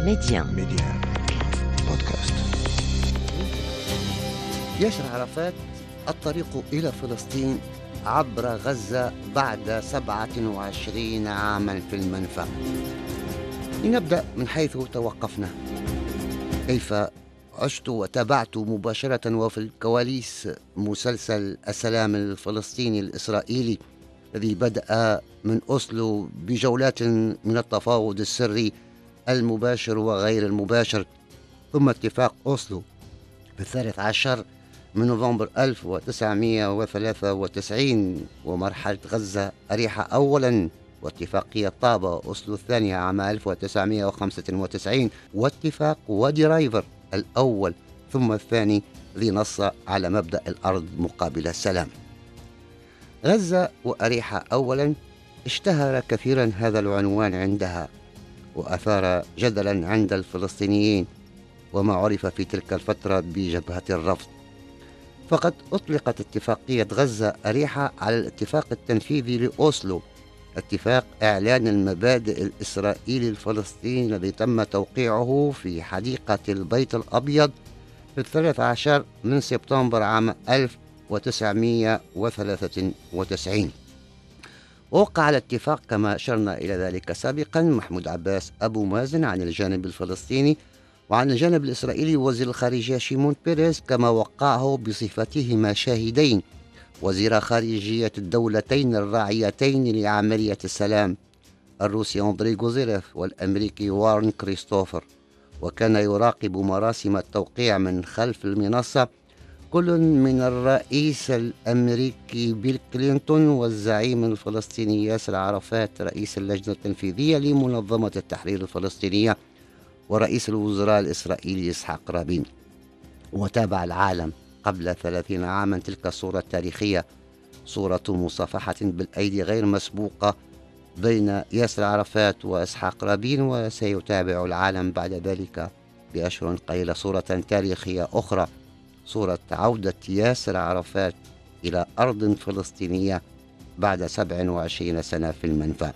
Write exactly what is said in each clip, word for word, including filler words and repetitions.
ميديان ميديان بودكاست. ياسر عرفات الطريق إلى فلسطين عبر غزة بعد سبعة وعشرين عاما في المنفى. لنبدأ من حيث توقفنا. كيف عشت وتابعت مباشرة وفي الكواليس مسلسل السلام الفلسطيني الإسرائيلي الذي بدأ من أوسلو بجولات من التفاوض السري المباشر وغير المباشر، ثم اتفاق أوسلو في الثالث عشر من نوفمبر ألف وتسعمائة وثلاثة وتسعين، ومرحلة غزة أريحة أولا، واتفاقية طابة أوسلو الثانية عام ألف وتسعمائة وخمسة وتسعين، واتفاق وادي رايفر الأول ثم الثاني الذي نص على مبدأ الأرض مقابل السلام. غزة وأريحة أولا اشتهر كثيرا هذا العنوان عندها، وأثار جدلا عند الفلسطينيين وما عرف في تلك الفترة بجبهة الرفض. فقد أطلقت اتفاقية غزة أريحة على الاتفاق التنفيذي لأوسلو، اتفاق إعلان المبادئ الإسرائيلي الفلسطيني الذي تم توقيعه في حديقة البيت الأبيض في الثالث عشر من سبتمبر عام ألف وتسعمائة وثلاثة وتسعين. ووقع الاتفاق كما أشرنا إلى ذلك سابقا محمود عباس أبو مازن عن الجانب الفلسطيني، وعن الجانب الإسرائيلي وزير الخارجية شيمون بيريز، كما وقعه بصفتهما شاهدين وزير خارجية الدولتين الراعيتين لعملية السلام، الروسي أندري غوزيريف والأمريكي وارن كريستوفر. وكان يراقب مراسم التوقيع من خلف المنصة كل من الرئيس الأمريكي بيل كلينتون والزعيم الفلسطيني ياسر عرفات رئيس اللجنة التنفيذية لمنظمة التحرير الفلسطينية، ورئيس الوزراء الإسرائيلي إسحاق رابين. وتابع العالم قبل ثلاثين عاما تلك الصورة التاريخية، صورة مصافحة بالأيدي غير مسبوقة بين ياسر عرفات وإسحاق رابين، وسيتابع العالم بعد ذلك بأشهر قليلة صورة تاريخية أخرى، صورة عودة ياسر عرفات إلى أرض فلسطينية بعد سبع وعشرين سنة في المنفى.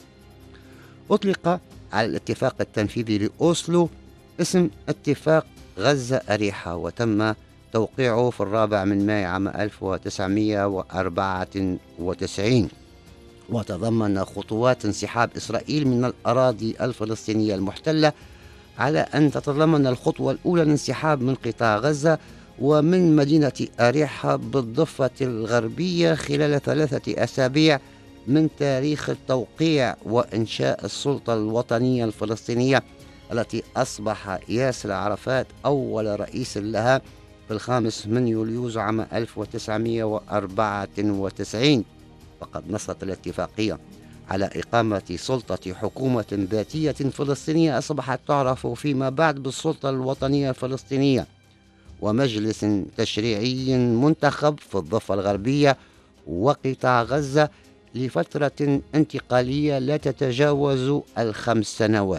أطلق على الاتفاق التنفيذي لأوسلو اسم اتفاق غزة أريحة، وتم توقيعه في الرابع من مايو عام ألف وتسعمائة وأربعة وتسعين، وتضمن خطوات انسحاب إسرائيل من الأراضي الفلسطينية المحتلة، على أن تتضمن الخطوة الأولى الانسحاب من قطاع غزة ومن مدينة أريحة بالضفة الغربية خلال ثلاثة أسابيع من تاريخ التوقيع وإنشاء السلطة الوطنية الفلسطينية التي أصبح ياسر عرفات أول رئيس لها في الخامس من يوليوز عام ألف وتسعمائة وأربعة وتسعين. فقد نصت الاتفاقية على إقامة سلطة حكومة ذاتية فلسطينية أصبحت تعرف فيما بعد بالسلطة الوطنية الفلسطينية، ومجلس تشريعي منتخب في الضفة الغربية وقطاع غزة لفترة انتقالية لا تتجاوز الخمس سنوات.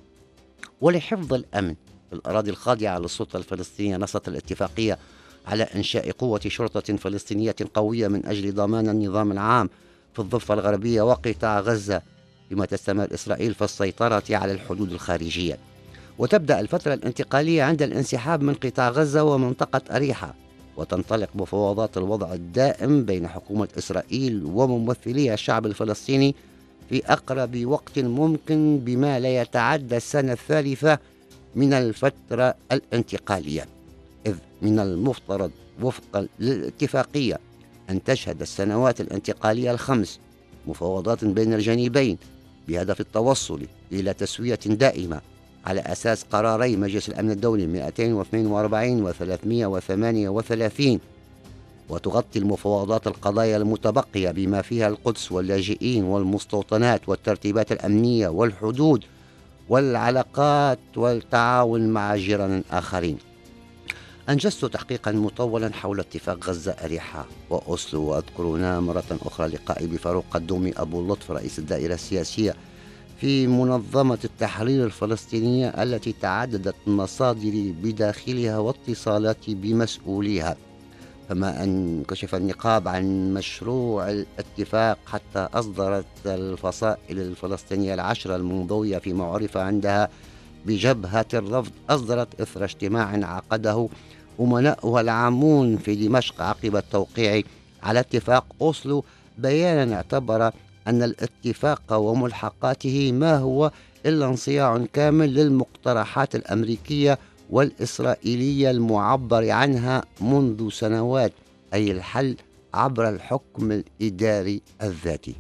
ولحفظ الأمن في الأراضي الخاضعة للسلطة الفلسطينية، نصت الاتفاقية على إنشاء قوة شرطة فلسطينية قوية من أجل ضمان النظام العام في الضفة الغربية وقطاع غزة، بما تستمر إسرائيل في السيطرة على الحدود الخارجية. وتبدأ الفترة الانتقالية عند الانسحاب من قطاع غزة ومنطقة أريحة، وتنطلق مفاوضات الوضع الدائم بين حكومة إسرائيل وممثلي الشعب الفلسطيني في أقرب وقت ممكن، بما لا يتعدى السنة الثالثة من الفترة الانتقالية، إذ من المفترض وفقا للاتفاقية أن تشهد السنوات الانتقالية الخمس مفاوضات بين الجانبين بهدف التوصل إلى تسوية دائمة على أساس قراري مجلس الأمن الدولي مئتين واثنين وأربعين وثلاثمائة وثمانية وثلاثين. وتغطي المفاوضات القضايا المتبقية بما فيها القدس واللاجئين والمستوطنات والترتيبات الأمنية والحدود والعلاقات والتعاون مع جيران آخرين. أنجزت تحقيقا مطولا حول اتفاق غزة أريحة وأوسلو، وأذكرنا مرة أخرى لقائي بفاروق قدومي أبو اللطف رئيس الدائرة السياسية في منظمة التحرير الفلسطينية التي تعددت مصادري بداخلها واتصالاتي بمسؤوليها، كما أن كشف النقاب عن مشروع الاتفاق حتى أصدرت الفصائل الفلسطينية العشرة المنضوية فيما عرف عندها بجبهة الرفض أصدرت إثر اجتماع عقده أمناؤها العامون في دمشق عقب التوقيع على اتفاق أوسلو بيانا اعتبر أن الاتفاق وملحقاته ما هو إلا انصياع كامل للمقترحات الأمريكية والإسرائيلية المعبر عنها منذ سنوات، أي الحل عبر الحكم الإداري الذاتي.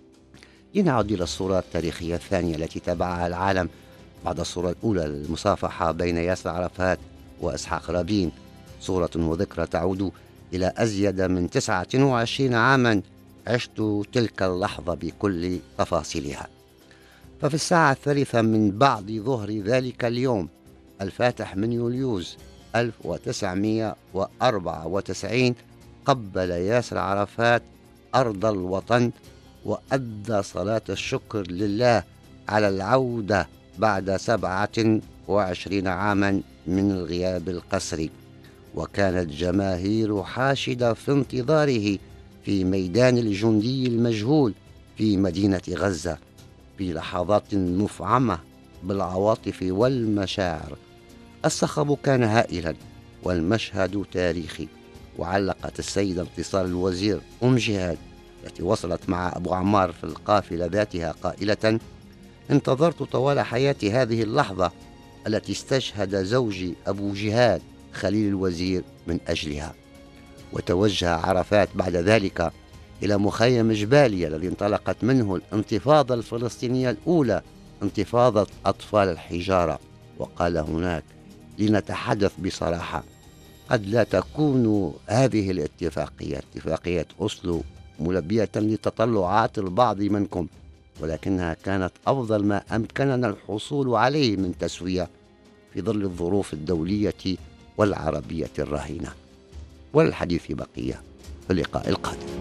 لنعود إلى الصورة التاريخية الثانية التي تبعها العالم بعد الصورة الأولى المصافحة بين ياسر عرفات وإسحاق رابين، صورة وذكرى تعود إلى أزيد من تسعة وعشرين عاما عشت تلك اللحظة بكل تفاصيلها. ففي الساعة الثالثة من بعد ظهر ذلك اليوم الفاتح من يوليوز ألف وتسعمائة وأربعة وتسعين قبل ياسر عرفات أرض الوطن وأدى صلاة الشكر لله على العودة بعد سبعة وعشرين عاما من الغياب القسري، وكانت جماهير حاشدة في انتظاره في ميدان الجندي المجهول في مدينة غزة في لحظات مفعمة بالعواطف والمشاعر. الصخب كان هائلا والمشهد تاريخي. وعلقت السيدة انتصار الوزير أم جهاد التي وصلت مع أبو عمار في القافلة ذاتها قائلة: انتظرت طوال حياتي هذه اللحظة التي استشهد زوجي أبو جهاد خليل الوزير من أجلها. وتوجه عرفات بعد ذلك إلى مخيم جباليا الذي انطلقت منه الانتفاضة الفلسطينية الأولى، انتفاضة أطفال الحجارة، وقال هناك: لنتحدث بصراحة، قد لا تكون هذه الاتفاقية اتفاقية أوسلو ملبية لتطلعات البعض منكم، ولكنها كانت أفضل ما أمكننا الحصول عليه من تسوية في ظل الظروف الدولية والعربية الرهينة. والحديث بقية في اللقاء القادم.